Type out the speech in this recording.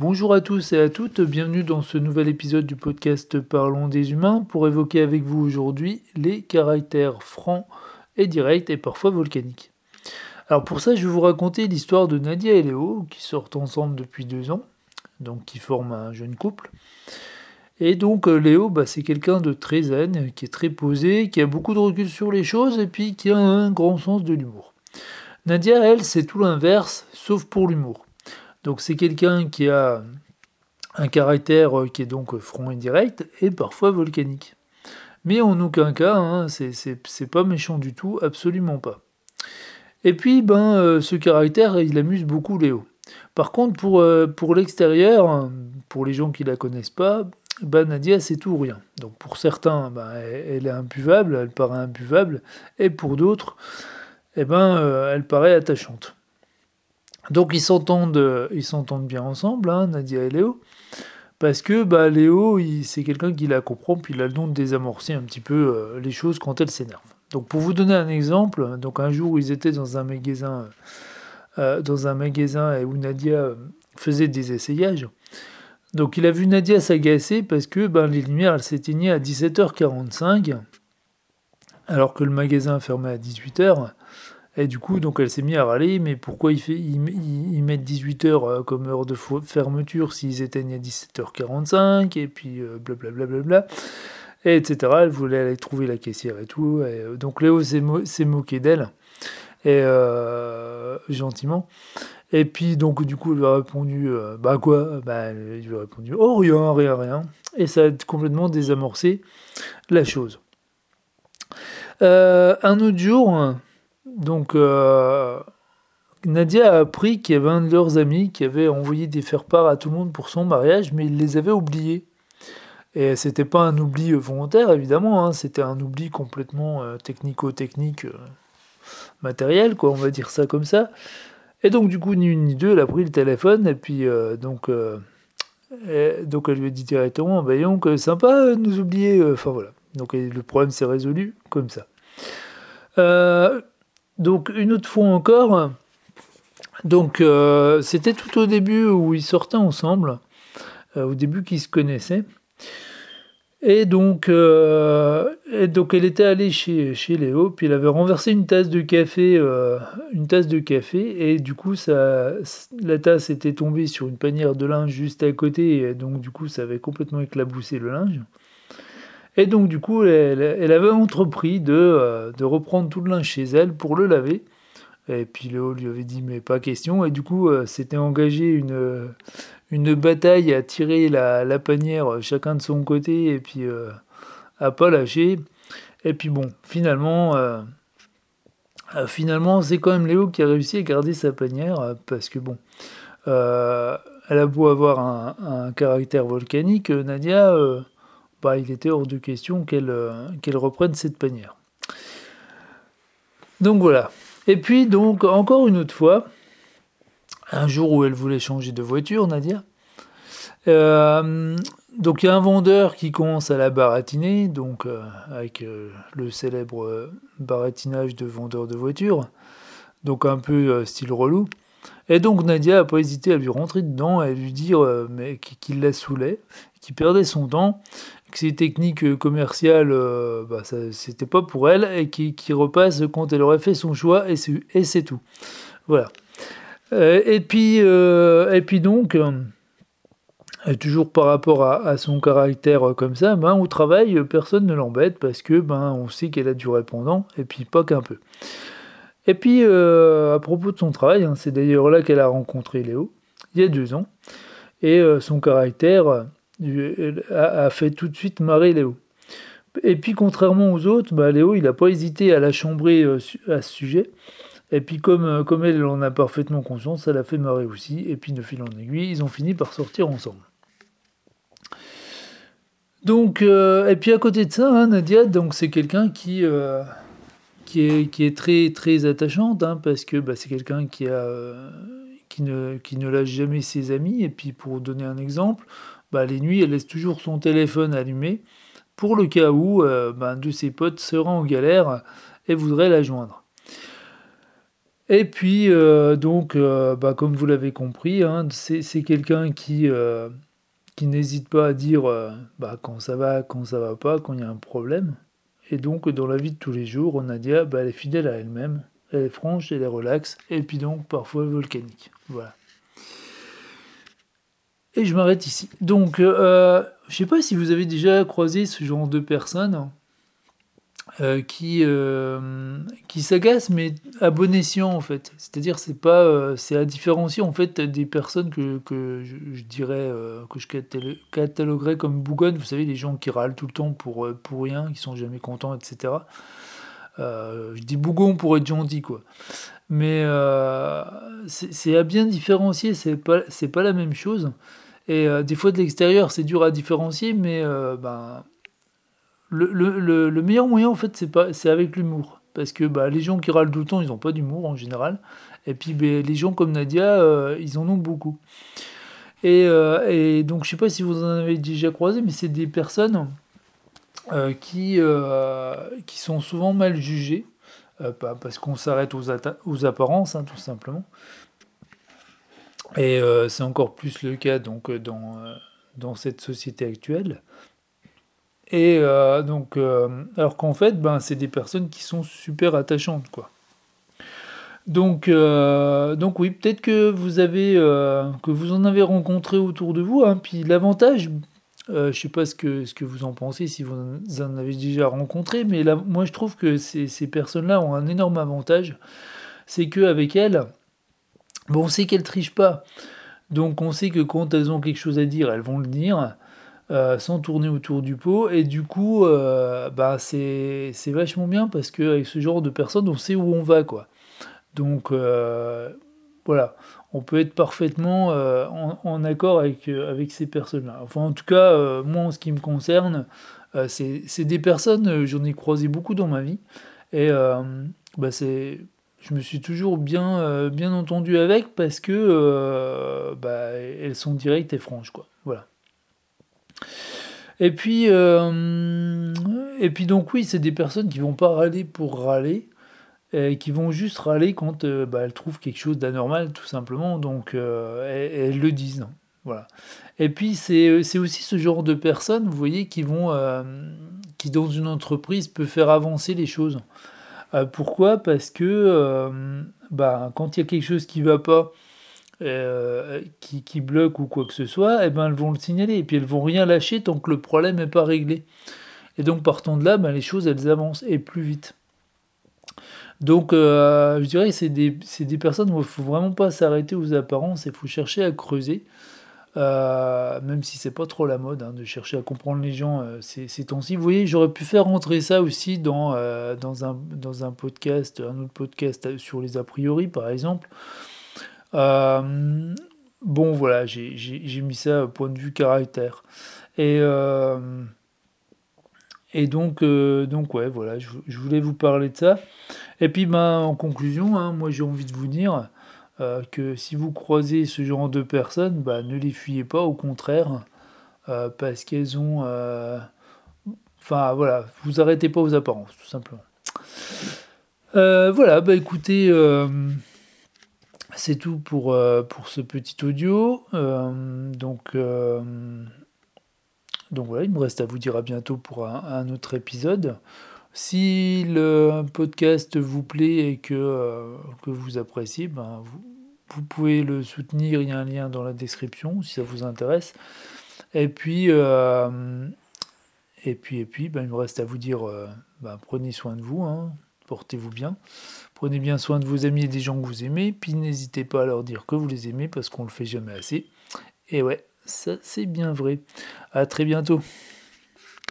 Bonjour à tous et à toutes, bienvenue dans ce nouvel épisode du podcast Parlons des humains pour évoquer avec vous aujourd'hui les caractères francs et directs et parfois volcaniques. Alors pour ça, je vais vous raconter l'histoire de Nadia et Léo qui sortent ensemble depuis 2 ans, donc qui forment un jeune couple. Et donc Léo, c'est quelqu'un de très zen, qui est très posé, qui a beaucoup de recul sur les choses et puis qui a un grand sens de l'humour. Nadia, elle, c'est tout l'inverse, sauf pour l'humour. Donc c'est quelqu'un qui a un caractère qui est donc franc et direct et parfois volcanique. Mais en aucun cas, c'est pas méchant du tout, absolument pas. Et puis, ce caractère, il amuse beaucoup Léo. Par contre, pour l'extérieur, pour les gens qui la connaissent pas, Nadia, c'est tout ou rien. Donc pour certains, elle est imbuvable, elle paraît imbuvable, et pour d'autres, elle paraît attachante. Donc ils s'entendent bien ensemble, Nadia et Léo, parce que Léo, c'est quelqu'un qui la comprend, puis il a le don de désamorcer un petit peu les choses quand elles s'énervent. Donc pour vous donner un exemple, donc un jour où ils étaient dans un magasin et où Nadia faisait des essayages. Donc il a vu Nadia s'agacer parce que les lumières elles s'éteignaient à 17h45, alors que le magasin fermait à 18h. Et du coup, donc elle s'est mise à râler, mais pourquoi ils mettent 18h comme heure de fermeture s'ils éteignent à 17h45, et puis blablabla, et etc. Elle voulait aller trouver la caissière et tout. Et, donc Léo s'est moqué d'elle, et gentiment. Et puis donc du coup, il lui a répondu, quoi il lui a répondu, oh rien, rien, rien. Et ça a complètement désamorcé la chose. Un autre jour... Donc, Nadia a appris qu'il y avait un de leurs amis qui avait envoyé des faire-part à tout le monde pour son mariage, mais il les avait oubliés. Et c'était pas un oubli volontaire, évidemment, c'était un oubli complètement technico-technique, matériel, quoi, on va dire ça comme ça. Et donc, du coup, ni une ni deux, elle a pris le téléphone, et puis, donc elle lui a dit directement, donc, sympa de nous oublier, enfin voilà. Donc, le problème s'est résolu comme ça. Donc une autre fois encore, donc c'était tout au début où ils sortaient ensemble, au début qu'ils se connaissaient. Et donc elle était allée chez Léo, puis elle avait renversé une tasse de café, et du coup la tasse était tombée sur une panière de linge juste à côté, et donc du coup ça avait complètement éclaboussé le linge. Et donc du coup elle avait entrepris de reprendre tout le linge chez elle pour le laver. Et puis Léo lui avait dit mais pas question. Et du coup s'était engagé une bataille à tirer la panière chacun de son côté et puis à pas lâcher. Et puis bon, finalement c'est quand même Léo qui a réussi à garder sa panière parce que bon, elle a beau avoir un caractère volcanique, Nadia, il était hors de question qu'elle reprenne cette panière. Donc voilà. Et puis donc encore une autre fois, un jour où elle voulait changer de voiture, Nadia. Donc il y a un vendeur qui commence à la baratiner, donc avec le célèbre baratinage de vendeur de voitures, donc un peu style relou. Et donc Nadia n'a pas hésité à lui rentrer dedans et à lui dire mais qu'il la saoulait, qu'il perdait son temps, que ces techniques commerciales, c'était pas pour elle, et qu'il repasse quand elle aurait fait son choix, et c'est tout. Voilà. Et puis donc, toujours par rapport à son caractère comme ça, au travail, personne ne l'embête parce que on sait qu'elle a du répondant, et puis pas qu'un peu. Et puis, à propos de son travail, c'est d'ailleurs là qu'elle a rencontré Léo, il y a 2 ans, et son caractère a fait tout de suite marrer Léo. Et puis, contrairement aux autres, Léo, il n'a pas hésité à la chambrer à ce sujet. Et puis, comme elle en a parfaitement conscience, ça l'a fait marrer aussi. Et puis, de fil en aiguille, ils ont fini par sortir ensemble. Donc, et puis à côté de ça, Nadia, donc c'est quelqu'un qui est très très attachante, parce que c'est quelqu'un qui ne lâche jamais ses amis. Et puis pour donner un exemple, les nuits, elle laisse toujours son téléphone allumé pour le cas où de ses potes sera en galère et voudrait la joindre. Et puis, comme vous l'avez compris, hein, c'est quelqu'un qui n'hésite pas à dire quand ça va, quand ça va pas, quand il y a un problème. Et donc, dans la vie de tous les jours, Nadia, elle est fidèle à elle-même, elle est franche, elle est relaxe, et puis donc parfois volcanique. Voilà. Et je m'arrête ici. Donc, je sais pas si vous avez déjà croisé ce genre de personnes qui s'agacent, mais à bon escient en fait. C'est-à-dire, c'est pas, c'est à différencier en fait des personnes que je dirais que je cataloguerais comme bougonnes. Vous savez, les gens qui râlent tout le temps pour rien, qui sont jamais contents, etc. Je dis bougon pour être gentil, quoi. Mais c'est à bien différencier. C'est pas la même chose. Et des fois de l'extérieur, c'est dur à différencier, mais le meilleur moyen, en fait, c'est avec l'humour. Parce que les gens qui râlent tout le temps, ils n'ont pas d'humour en général. Et puis les gens comme Nadia, ils en ont beaucoup. Et donc, je sais pas si vous en avez déjà croisé, mais c'est des personnes qui sont souvent mal jugées. Parce qu'on s'arrête aux apparences, hein, tout simplement. Et c'est encore plus le cas donc, dans cette société actuelle. Et alors qu'en fait, c'est des personnes qui sont super attachantes, quoi. Donc oui, peut-être que vous en avez rencontré autour de vous, hein. Puis l'avantage, je sais pas ce que vous en pensez, si vous en avez déjà rencontré, mais là, moi je trouve que ces personnes-là ont un énorme avantage, c'est qu'avec elles, on sait qu'elles trichent pas. Donc on sait que quand elles ont quelque chose à dire, elles vont le dire. Sans tourner autour du pot. Et du coup, c'est vachement bien parce qu'avec ce genre de personnes, on sait où on va, quoi. Donc, voilà, on peut être parfaitement en accord avec ces personnes-là. Enfin, en tout cas, moi, en ce qui me concerne, c'est des personnes, j'en ai croisé beaucoup dans ma vie. Et je me suis toujours bien entendu avec parce que elles sont directes et franches, quoi. Voilà. Et puis, donc oui, c'est des personnes qui vont pas râler pour râler, et qui vont juste râler quand elles trouvent quelque chose d'anormal, tout simplement. Donc, elles le disent. Voilà. Et puis, c'est aussi ce genre de personnes, vous voyez, qui dans une entreprise peut faire avancer les choses. Pourquoi? Parce que quand il y a quelque chose qui va pas, qui bloque ou quoi que ce soit, elles vont le signaler et puis elles vont rien lâcher tant que le problème n'est pas réglé. Et donc partant de là, les choses elles avancent et plus vite. Donc je dirais que c'est des personnes où il faut vraiment pas s'arrêter aux apparences, il faut chercher à creuser, même si c'est pas trop la mode, hein, de chercher à comprendre les gens ces temps-ci. Vous voyez, j'aurais pu faire rentrer ça aussi dans un podcast, un autre podcast sur les a priori par exemple. Euh, Bon, voilà, j'ai mis ça au point de vue caractère. Et, euh, et donc ouais, voilà, je voulais vous parler de ça. Et puis, en conclusion, hein, moi j'ai envie de vous dire que si vous croisez ce genre de personnes, ne les fuyez pas, au contraire, parce qu'elles ont... Enfin, voilà, vous arrêtez pas aux apparences, tout simplement. Voilà, écoutez, c'est tout pour ce petit audio. Donc voilà, il me reste à vous dire à bientôt pour un autre épisode. Si le podcast vous plaît et que vous appréciez, vous pouvez le soutenir, il y a un lien dans la description si ça vous intéresse. Et puis, il me reste à vous dire, prenez soin de vous, hein, portez-vous bien. Prenez bien soin de vos amis et des gens que vous aimez, puis n'hésitez pas à leur dire que vous les aimez parce qu'on le fait jamais assez. Et ouais, ça c'est bien vrai. À très bientôt.